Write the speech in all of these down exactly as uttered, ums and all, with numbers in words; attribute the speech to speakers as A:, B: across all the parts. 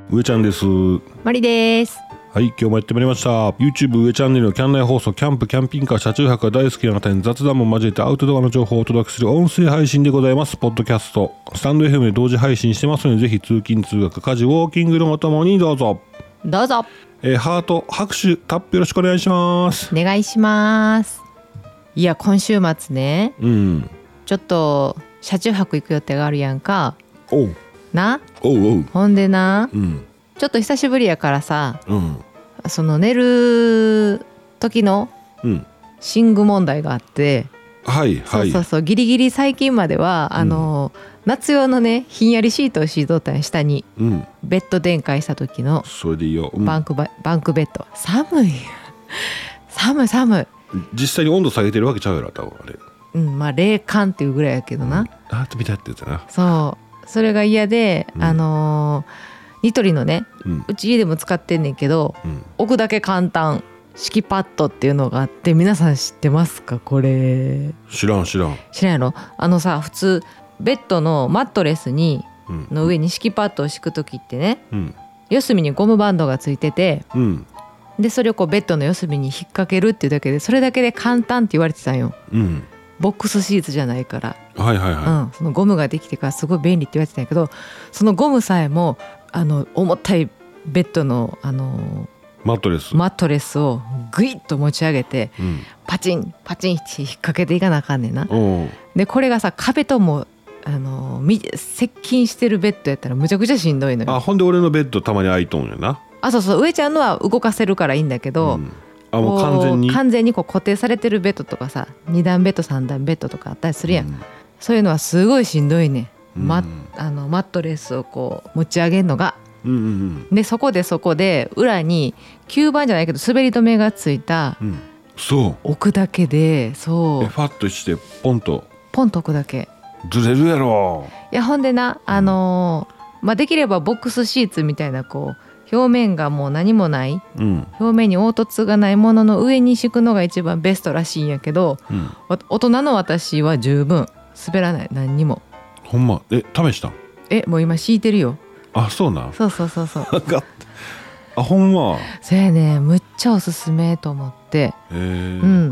A: 上ちゃんです。
B: マリです。
A: はい、今日もやってまいりました。 YouTube 上チャンネルのキャン内放送、キャンプキャンピングカー車中泊が大好きな方に雑談も交えてアウトドアの情報をお届けする音声配信でございます。ポッドキャストスタンド エフエム で同時配信してますので、ぜひ通勤通学家事ウォーキングのおともにどうぞ
B: どうぞ、
A: えー、ハート拍手タップよろしくお願いします。
B: お願いします。いや今週末ね、
A: うん、
B: ちょっと車中泊行く予定があるやんか。
A: おう
B: な
A: おうおう、
B: ほんでな、
A: うん、
B: ちょっと久しぶりやからさ、
A: うん、
B: その寝る時の寝具問題があって、
A: うん、はいはい、
B: そうそうそう、ギリギリ最近まではあの、うん、夏用のねひんやりシートを敷いとったんや下に、うん、ベッド展開した時の
A: それでいいよ、うん、
B: バンクバ、バンクベッド。寒い寒い寒い。
A: 実際に温度下げてるわけちゃうやろ多分あれ。
B: うん、まあ冷感っていうぐらいやけどな、うん、
A: あーみたいなやつやな。
B: そうそれが嫌で、うん、あのー、ニトリのね、うん、うち家でも使ってんねんけど、うん、置くだけ簡単敷きパッドっていうのがあって、皆さん知ってますかこれ。
A: 知らん知らん
B: 知らんやろ。あのさ、普通ベッドのマットレスに、うん、の上に敷きパッドを敷くときってね、うん、四隅にゴムバンドがついてて、うん、でそれをこうベッドの四隅に引っ掛けるっていうだけで、それだけで簡単って言われてたんよ、うん、ボックスシーツじゃないから、
A: はいはいはい、うん、
B: そのゴムができてからすごい便利って言われてたんやけど、そのゴムさえもあの重たいベッドの、あの
A: マットレス
B: マットレスをグイッと持ち上げて、うん、パチンパチンって引っ掛けていかなあかんねんな。でこれがさ、壁ともあの接近してるベッドやったらむちゃくちゃしんどいのよ。
A: あ、ほんで俺のベッドたまに空いとんやな。
B: あ、そうそう、上ちゃんのは動かせるからいいんだけど、うん、
A: あ、もう完全に
B: 完全にこう固定されてるベッドとかさ、に段ベッドさん段ベッドとかあったりするやん、うん、そういうのはすごいしんどいね、うん、マ, あのマットレスをこう持ち上げるのが、うんうんうん、でそこでそこで裏に吸盤じゃないけど滑り止めがついた、うん、
A: そう
B: 置くだけで、そう
A: ファッとしてポンと
B: ポンと置くだけ
A: ずれるやろ。
B: いやほんでな、あのーまあ、できればボックスシーツみたいなこう表面がもう何もない、うん、表面に凹凸がないものの上に敷くのが一番ベストらしいんやけど、うん、大人の私は十分滑らない、何にも。
A: ほんま、え、試したん？
B: え、もう今敷いてるよ。
A: あ、そうなん。
B: そうそうそうそう
A: あ、ほんま。
B: そうやね、むっちゃおすすめと思って、うん、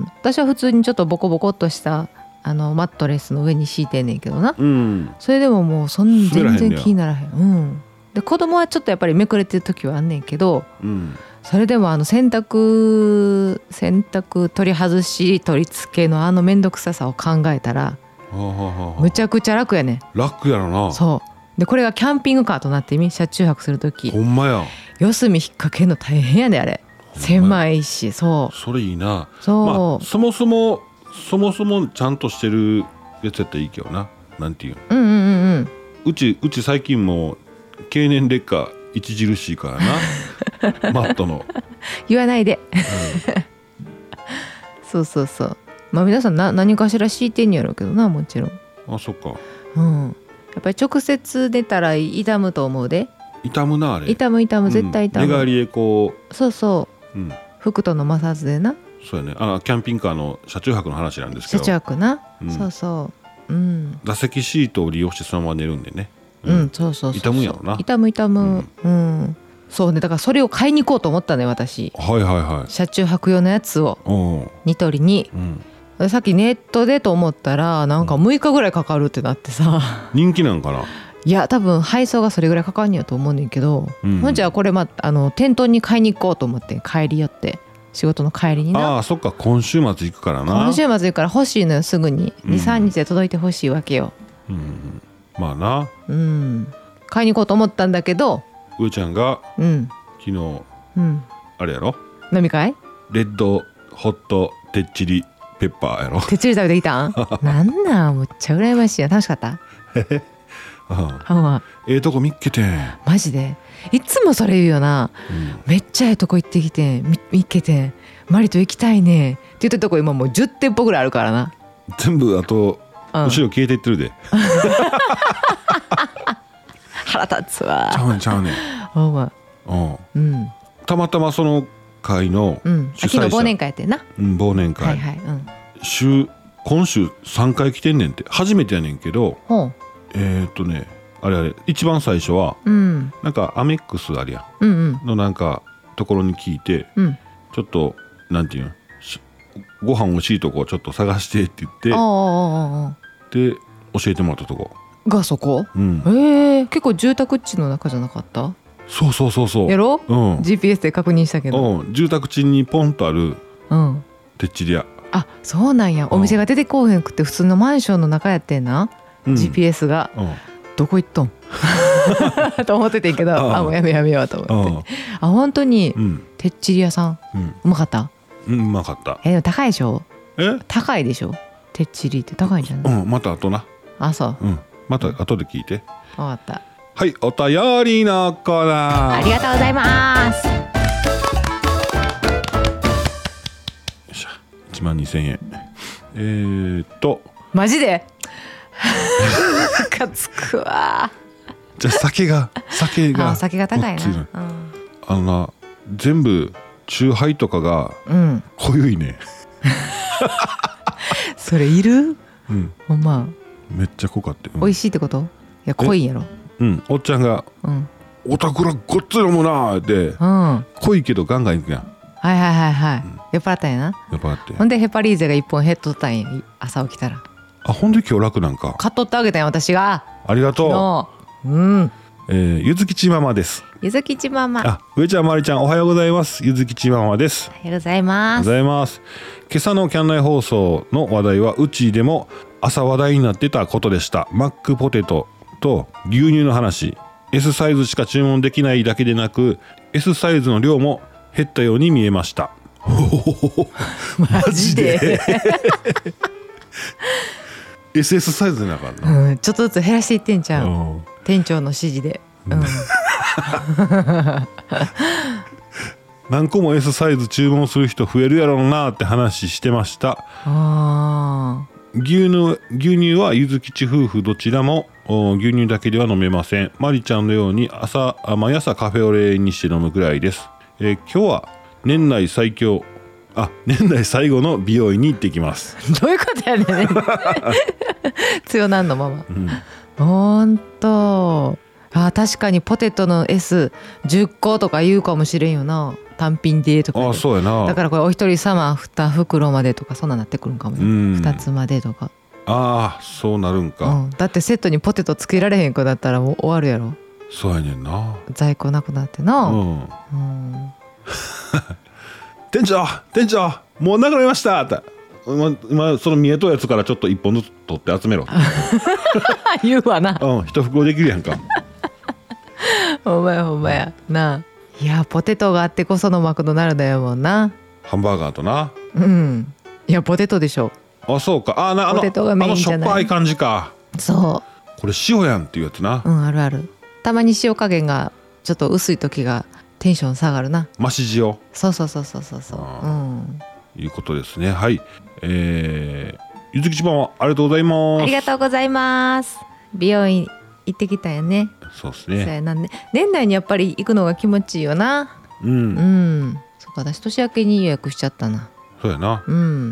B: 私は普通にちょっとボコボコっとしたあのマットレスの上に敷いてんねんけどな、うん、それでももうそん全然気にならへん、うん、で子供はちょっとやっぱりめくれてる時はあんねんけど、うん、それでもあの洗濯洗濯取り外し取り付けのあのめんどくささを考えたら、むちゃくちゃ楽やねん。
A: 楽やろな。
B: そうで、これがキャンピングカーとなってみ、車中泊する時、
A: ほんまや、
B: 四隅引っ掛けるの大変やで、あれ狭いし。そう、
A: それいいな。
B: そう、
A: まあ、そもそもそもそもちゃんとしてるやつやったらいいけどな。なんていうの、うんうんうんうん、うちうち最近も経年劣化著しいからなマットの
B: 言わないで、うん、そうそうそう、まあ皆さんな何かしら敷いてんやろうけどな、もちろん。
A: あ、そっか、
B: うん、やっぱり直接出たら痛むと思うで。
A: 痛むな、あれ。
B: 痛む痛む、絶対痛む、
A: 寝返りでこう、
B: そうそう、うん、服との摩擦でな。
A: そうやね、あ、キャンピングカーの車中泊の話なんですけど、
B: 車中泊な、うん、そうそう、うん、
A: 座席シートを利用してそのまま寝るんでね、
B: うん、うん、そうそうそう、
A: 痛むやろな。
B: 痛む痛む、うん、うん、そうね、だからそれを買いに行こうと思ったね、私。
A: はいはいはい。
B: 車中泊用のやつをニトリに、うん、さっきネットでと思ったらなんかむいかぐらいかかるってなってさ、
A: 人気なんかな。
B: いや多分配送がそれぐらいかかんねやと思うねんけど、うん、ほんじゃこれ、ま、あの店頭に買いに行こうと思って帰り寄って、仕事の帰りにな。
A: ああ、そっか、今週末行くからな。
B: 今週末行くから欲しいのよ、すぐに に,さん 日で届いて欲しいわけよ、
A: うんうん、まあな、
B: うん、買いに行こうと思ったんだけど、
A: うーちゃんが、うん、昨日、うん、あれやろ、
B: 飲み会
A: レッドホットてっちりペッパーやろ。
B: てっちり食べてきたんなんなん、むっちゃ羨ましいや。楽しかった
A: ああ、ええとこ見っけてん。
B: マジでいつもそれ言うよな、うん、めっちゃええとこ行ってきてん、見っけてん、マリと行きたいねって言ってるとこ今もうじゅってんぽぐらいあるからな。
A: 全部あと、うん、後ろ消えていってるで
B: 腹立つわ。
A: ちゃうねんちゃうねん、
B: ほんま、
A: うん、たまたまその会の主催者、
B: 昨日忘年会やってんな、
A: うん、忘年会、はいはい、うん、週今週さんかい来てんねんって。初めてやねんけど、えーっとねあれあれ一番最初は、
B: うん、
A: なんかアメックスあるやん、
B: うんうん
A: のなんかところに聞いて、
B: うん、
A: ちょっとなんていうのご飯欲しいとこちょっと探してって言って
B: ああ
A: で教えてもらったとこ
B: がそこ、
A: うん、
B: えー、結構住宅地の中じゃなかった？
A: そうそうそうそう
B: やろ、
A: うん、
B: ジーピーエス で確認したけど、
A: うん、住宅地にポンとあるてっちり屋、
B: あ、そうなんや。お店が出てこうへんくて普通のマンションの中やってんな、うん、ジーピーエス が、うん、どこ行っとんと思っててんけど、ああもうやめやめようと思って、あ本当に、うん、てっちり屋さん、うん、うまかった？
A: うん、うまかった。
B: えでも高いでしょ？
A: え
B: 高いでしょ？てっちりって高いんじゃない？
A: うん、また後な。あ、そう、うん、また後で聞いて。
B: 分かった。
A: はい、お便りのコーナー。
B: ありがとうございます。
A: いちまんにせんえん。えーっと
B: マジでムカつくわ。
A: じゃあ酒が酒が
B: あ酒が高いな、うん、
A: あのな全部チューハイとかが濃ゆいね、うん、
B: それいる？
A: うん、
B: ほんま
A: めっちゃ濃かった、
B: うん、美味しいってこと？いや濃いんやろ。
A: うん、おっちゃんが、うん、おたくらごっついのもなーって、うん、濃いけどガンガンいくやん。
B: はいはいはいはい、うん、酔っ払ったんやな。
A: 酔っ払って
B: ほんでヘパリーゼがいっぽん減っとったんや朝起きたら。
A: あほんで今日楽なんか
B: 買っとってあげたんや私が。
A: ありがとう。うん、えー、ゆずきちママです。
B: ゆずきちママ。
A: あ上ちゃんまりちゃんおはようございます。ゆずきちママです。
B: おはようございます。
A: おはようございます。今朝のキャンナイ放送の話題はうちでも朝話題になってたことでした。マックポテトと牛乳の話。S サイズしか注文できないだけでなく S サイズの量も減ったように見えました。
B: マジで
A: エスエス サイズなかった、う
B: ん、ちょっとずつ減らしていってんじゃん、うん、店長の指示で、うん、
A: 何個も S サイズ注文する人増えるやろうなって話してました。あ牛乳、牛乳はゆずきち夫婦どちらも牛乳だけでは飲めません。マリちゃんのように朝毎朝カフェオレにして飲むくらいです。えー、今日は年内最強あ年内最後の美容院に行ってきます。
B: どういうことやねん強なんのママ、うん、ほんとあ確かにポテトの エスじゅっことか言うかもしれんよな単品でとかで。
A: あそうやな。
B: だからこれお一人様に袋までとかそんななってくるんかもね、うん、ふたつまでとか。
A: ああそうなるんか、うん、
B: だってセットにポテトつけられへん子だったらもう終わるやろ。
A: そうやねんな
B: 在庫なくなってな、うんうん、
A: 店長店長もうなくなりましたって今、今その見えとるやつからちょっと一本ずつ取って集めろ
B: 言うわな。
A: うん一袋できるやんか
B: ほんまやほんまやな。いやポテトがあってこそのマクドナルドやもんな。
A: ハンバーガーとな。
B: うんいやポテトでしょ。
A: あそうかあなあのポテトがメインじゃない。あのしょっぱい感じか。
B: そう
A: これ塩やんっていうやつな。
B: うんあるある。たまに塩加減がちょっと薄い時がテンション下がるな。
A: 増し塩。
B: そうそうそうそうそうそう、うん、
A: いうことですね。はいえー、ゆずきちばんはありがとうございます。
B: ありがとうございます。美容院行ってきたよね。
A: そうですね。そうやなね。
B: 年内にやっぱり行くのが気持ちいいよな。うん、うん、そうか私年明けに予約しちゃったな。
A: そうやな、うん、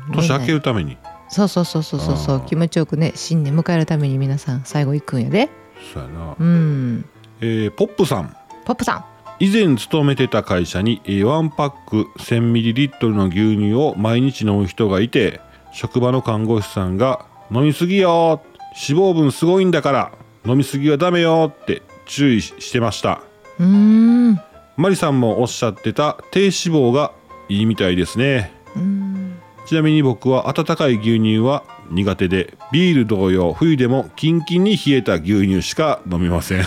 A: 年明けるために。
B: そうそうそうそうそうそう気持ちよくね新年迎えるために皆さん最後行くんやで。
A: そうやな、うんえー、ポップさん
B: ポップさん
A: 以前勤めてた会社にワンパック せんミリリットル の牛乳を毎日飲む人がいて職場の看護師さんが飲みすぎよ脂肪分すごいんだから飲みすぎはダメよって注意してました。うーんマリさんもおっしゃってた低脂肪がいいみたいですね。うーんちなみに僕は温かい牛乳は苦手でビール同様冬でもキンキンに冷えた牛乳しか飲みません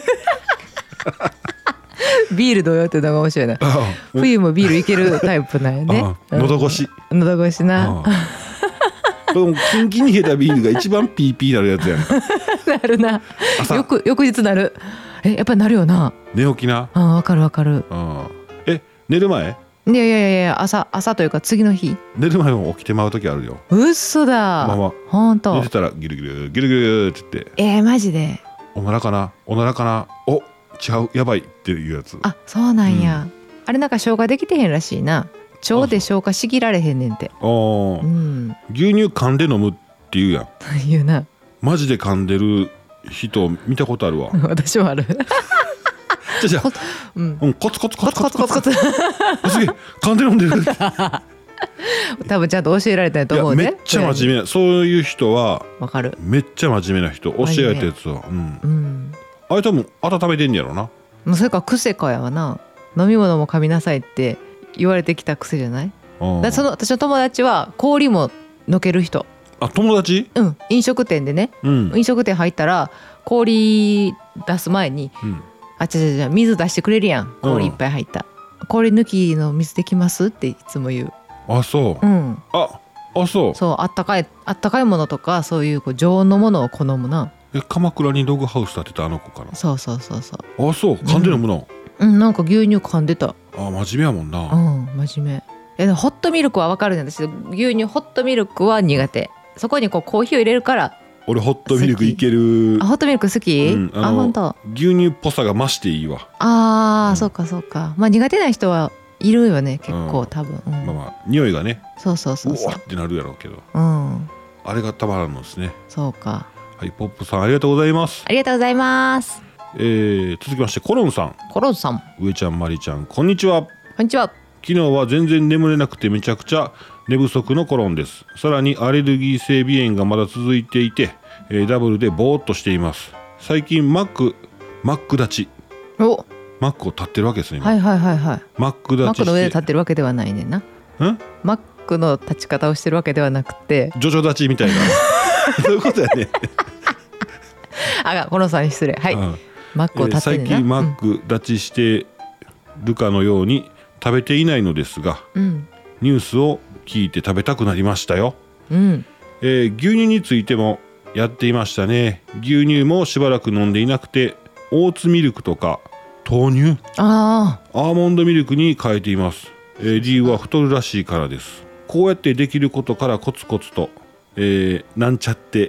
B: ビール同様ってのが面白いな。冬もビールいけるタイプなんよね。
A: 喉越し
B: 喉越しな
A: キンキンに冷えたビールが一番ピーピーなるやつやんな
B: るなよく翌日なる。えやっぱりなるよな
A: 寝起きな。
B: あわかるわかる。
A: え寝る前
B: いやいやいやいや朝朝というか次の日
A: 寝る前も起きてまう時あるよ。
B: うっそだ。
A: まま
B: ほんと
A: 寝てたらギルギルギルギルって言って
B: えー、マジで
A: おならかなおならかなお違うやばいっていうやつ。
B: あそうなんや、うん、あれなんか消化できてへんらしいな。腸で消化しきられへんねんって。あ、うん、
A: 牛乳噛んで飲むって言うやん
B: 言うな。
A: マジで噛んでる人見たことあるわ
B: 私もある
A: じゃじゃ、うん、うん、コツコツコツコツコツコツすげえ噛んで飲んでる
B: 多分ちゃんと教えられたんと思うね。
A: めっちゃ真面目な、そういう人は
B: わかる。
A: めっちゃ真面目な人、教えられたやつは、うん、うん、あれ多分温めてんやろな。
B: もうそれから癖かやわな。飲み物も噛みなさいって言われてきた癖じゃない？だその私の友達は氷ものける人。
A: あ、友達？
B: うん、飲食店でね、うん、飲食店入ったら氷出す前に、うん、あ、違う違う、水出してくれるやん、氷いっぱい入った、うん、氷抜きの水できますっていつも言う。
A: あ、そう、うん、ああそう、
B: そう、あったかいあったかいものとかそういうこう常温のものを好むな。
A: え、鎌倉にログハウス建てたあの子かな。
B: そうそうそうそう。
A: あ、そう、噛んでるもの、
B: うん、うん、なんか牛乳噛んでた。
A: あ、真面目やもんな。
B: うん、真面目。え、ホットミルクは分かるね。私牛乳ホットミルクは苦手。そこにこうコーヒーを入れるから。
A: 俺ホットミルクいける。
B: あ、ホットミルク好き、うん、あ、本当。
A: 牛乳っぽさが増していいわ。
B: あー、うん、そうかそうか。まあ苦手な人はいるよね、結構、うん、多分、うん、
A: まあまあ匂いがね、
B: そうそうそうそう、
A: うわってなるやろうけど、
B: うん、
A: あれがたまらんのですね。
B: そうか。
A: はい、ポップさんありがとうございます。
B: ありがとうございます。
A: えー、続きましてコロンさん。
B: コロンさん、
A: 上ちゃん、まりちゃん、こんにちは。
B: こんにちは。
A: 昨日は全然眠れなくてめちゃくちゃ寝不足のコロンです。さらにアレルギー性鼻炎がまだ続いていて、えー、ダブルでボーっとしています。最近マックマック立ち、おマックを立ってるわけですね。
B: はいはいはいはい。
A: マック立ちして、マック
B: の上で立ってるわけではないねんな。んマックの立ち方をしてるわけではなくて、
A: ジョジョ立ちみたいなそういうことやね
B: あ、コロンさんに失礼。はい、うん、マックを立ってるな、えー、最
A: 近マック立ちしてるかのように食べていないのですが、うん、ニュースを聞いて食べたくなりましたよ、うん、えー、牛乳についてもやっていましたね。牛乳もしばらく飲んでいなくて、オーツミルクとか豆乳、あーアーモンドミルクに変えています、えー、理由は太るらしいからです。こうやってできることからコツコツと、えー、なんちゃって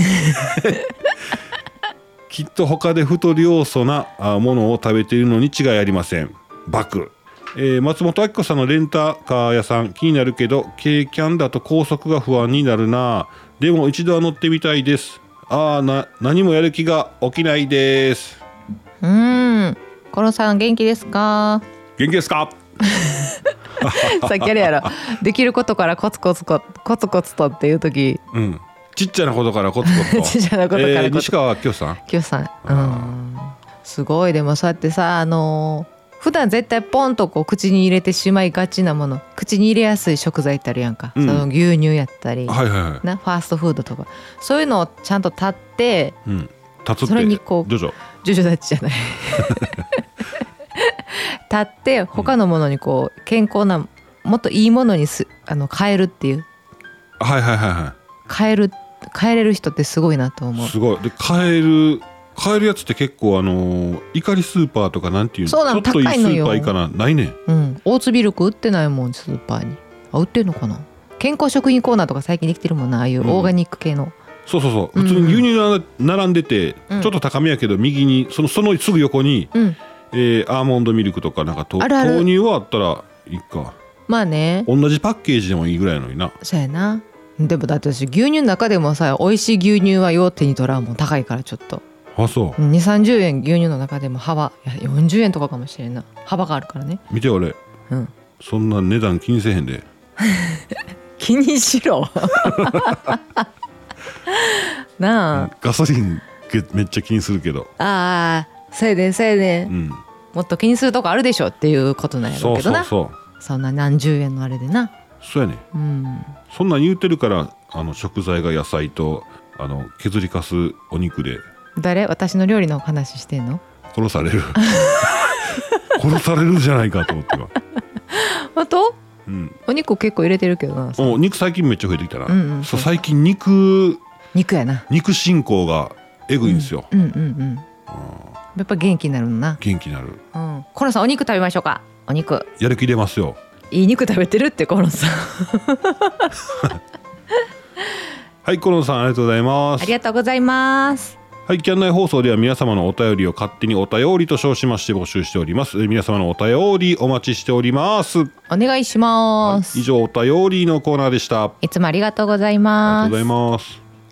A: きっと他で太る要素なものを食べているのに違いありません。バク、えー、松本明子さんのレンタカー屋さん気になるけど、軽キャンだと高速が不安になるな。でも一度は乗ってみたいです。あーな、何もやる気が起きないです。
B: うーん、コロさん元気ですか？
A: 元気ですか
B: さっきあれやろ、できることからコツコツココツコツとっていう時、うん、
A: ちっちゃなことからコツコツと
B: ちっちゃなことからコツコツ、えー、
A: 西川きよさん
B: きよさん、うん、すごい。でもそうやってさ、あのー普段絶対ポンとこう口に入れてしまいがちなもの、口に入れやすい食材ってあるやんか、うん、その牛乳やったり、はいはいはい、なファーストフードとか、そういうのをちゃんと立って、うん、立つってそれにこうジョジョジョジョ立ちじゃない立って他のものにこう健康なもっといいものにすあの変えるっていう、
A: はいはいはいはい、
B: 変える変えれる人ってすごいなと思う。
A: すごい。で変える買えるやつって結構あのー、怒りスーパーとかなんていうの、
B: そうなの、
A: ちょっといいスーパーいいかな、ないねん、
B: うん、オーツミルク売ってないもんスーパーに。あ、売ってんのかな。健康食品コーナーとか最近できてるもんな、ああいうオーガニック系の、うん、
A: そうそうそう、普通に牛乳が並んでて、うん、ちょっと高めやけど右にその、そのすぐ横に、うん、えー、アーモンドミルクとかなんかとあるある、豆乳はあったらいいか。まあね、同じパッケージでもいいぐらいのにな。
B: そうやな。でもだって私牛乳の中でもさ、美味しい牛乳はよ手に取らんもん、高いからちょっと。
A: あ、そう。
B: にじゅうさんじゅうえん牛乳の中でも幅よんじゅうえんとかかもしれんな、幅があるからね。
A: 見て俺、うん、そんな値段気にせへんで
B: 気にしろなあ、
A: ガソリンめっちゃ気にするけど、
B: ああ、そうやでそうやで、うん、もっと気にするとこあるでしょっていうことなんやろうけどな。そうそうそう、そんな何十円のあれでな。
A: そうやね、うん、そんなん言うてるからあの食材が野菜とあの削りかすお肉で。
B: 誰？私の料理の話してんの？
A: 殺される殺されるじゃないかと思っては
B: 本当？うん、お肉結構入れてるけどな。
A: お肉最近めっちゃ増えてきたな、うんうん、そう、最近肉
B: 肉やな、
A: 肉進行がえぐいんですよ、
B: うんうんうんうん、やっぱ元気になるのな。
A: 元気になる、
B: うん、コロンさんお肉食べましょうか。お肉
A: やる気出ますよ。
B: いい肉食べてるってコロンさん
A: はい、コロンさんありがとうございます。
B: ありがとうございます。
A: はい、キャンナイ放送では皆様のお便りを勝手にお便りと称しまして募集しております。皆様のお便りお待ちしております。
B: お願いします、
A: はい、以上お便りのコーナーでした。
B: いつもありがとうございます。
A: ありがとうございます。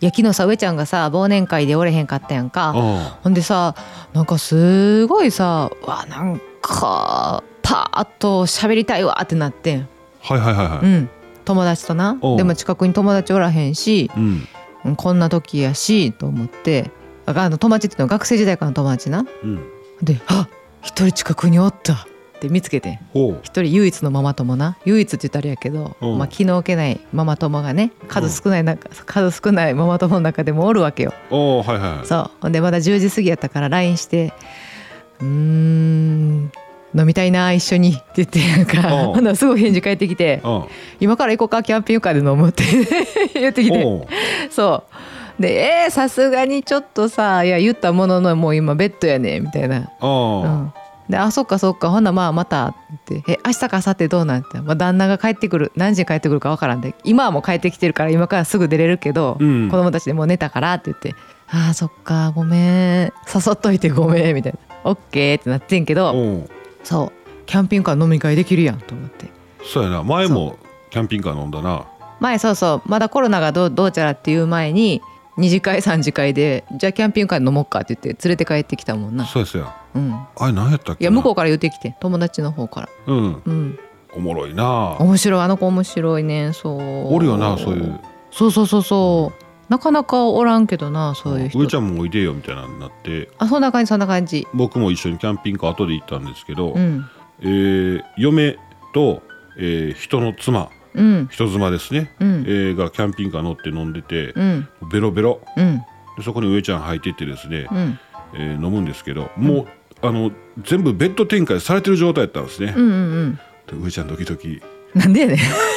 B: いや昨日さ上ちゃんがさ忘年会でおれへんかったやんか。ほんでさなんかすごいさわなんかパーッと喋りたいわってなってん。
A: はいはいはいはい、
B: うん、友達とな。でも近くに友達おらへんし、うん、こんな時やしと思って、あの友達っていうのは学生時代からの友達な、うん、であ一人近くにおったって見つけて、一人唯一のママ友な、唯一って言ったらあれやけど、まあ、気の置けないママ友がね、数少ないな数少ないママ友の中でもおるわけよ。
A: お、はいはい、
B: そうほんでまだじゅうじ過ぎやったから ライン してうーん飲みたいな一緒にって言ってなんかほんならすごい返事返ってきて、今から行こうかキャンピングカーで飲むって言ってきて、そうでえーさすがにちょっとさいや言ったもののもう今ベッドやねみたいな、うん、であそっかそっかほんなまあまたってえ明日か明後日どうなんて、まあ、旦那が帰ってくる何時に帰ってくるか分からんで今はもう帰ってきてるから今からすぐ出れるけど、うん、子供たちでもう寝たからって言ってあーそっかごめん誘っといてごめんみたいなオッケーってなってんけど、そうキャンピングカー飲み会できるやんと思って。
A: そうやな前もキャンピングカー飲んだな。
B: 前そうそうまだコロナがどう、どうちゃらっていう前にに次会さん次会でじゃあキャンピングカー飲もうかって言って連れて帰ってきたもんな。
A: そうですよ、
B: うん、
A: あれ何やったっけな。
B: いや向こうから言ってきて友達の方から、
A: うん、うん、おもろいな。
B: 面白いあの子面白いね。そう
A: おるよなそういう。
B: そうそうそうそう、うんなかなかおらんけどなそういう人。
A: 上ちゃんもおいでよみたいなになって、
B: あそんな感じそんな感じ。
A: 僕も一緒にキャンピングカー後で行ったんですけど、
B: うん
A: えー、嫁と、えー、人の妻、うん、人妻ですね、うんえー、がキャンピングカー乗って飲んでて、うん、ベロベロ、うん、でそこに上ちゃん入ってってですね、うんえー、飲むんですけど、もうあの全部ベッド展開されてる状態だったんですね、うんうんうん、で上ちゃんドキドキ
B: なんでやねん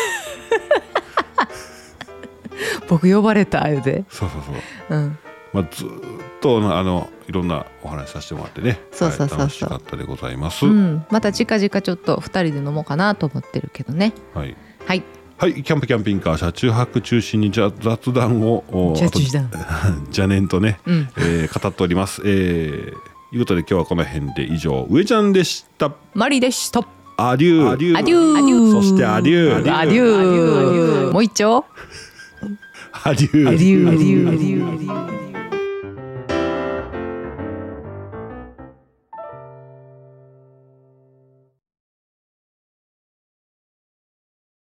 B: 僕呼ばれた言うて。
A: そうそうそう、うんまあ、ずっとあのいろんなお話させてもらってね、
B: そうそうそうそう、
A: はい、楽しかったでございます、
B: うん、また近々ちょっとふたりで飲もうかなと思ってるけどね。
A: はい
B: はい
A: はい、キャンプキャンピングカー車中泊中心に雑談を邪念とね、うんえー、語っております、えー、いうことで今日はこの辺で以上。上ちゃんでした。
B: マリでした。
A: アデューアデュー
B: アデュー
A: そしてアデュー
B: アデューもう一丁
A: アデュー
B: アデューアデューアデュー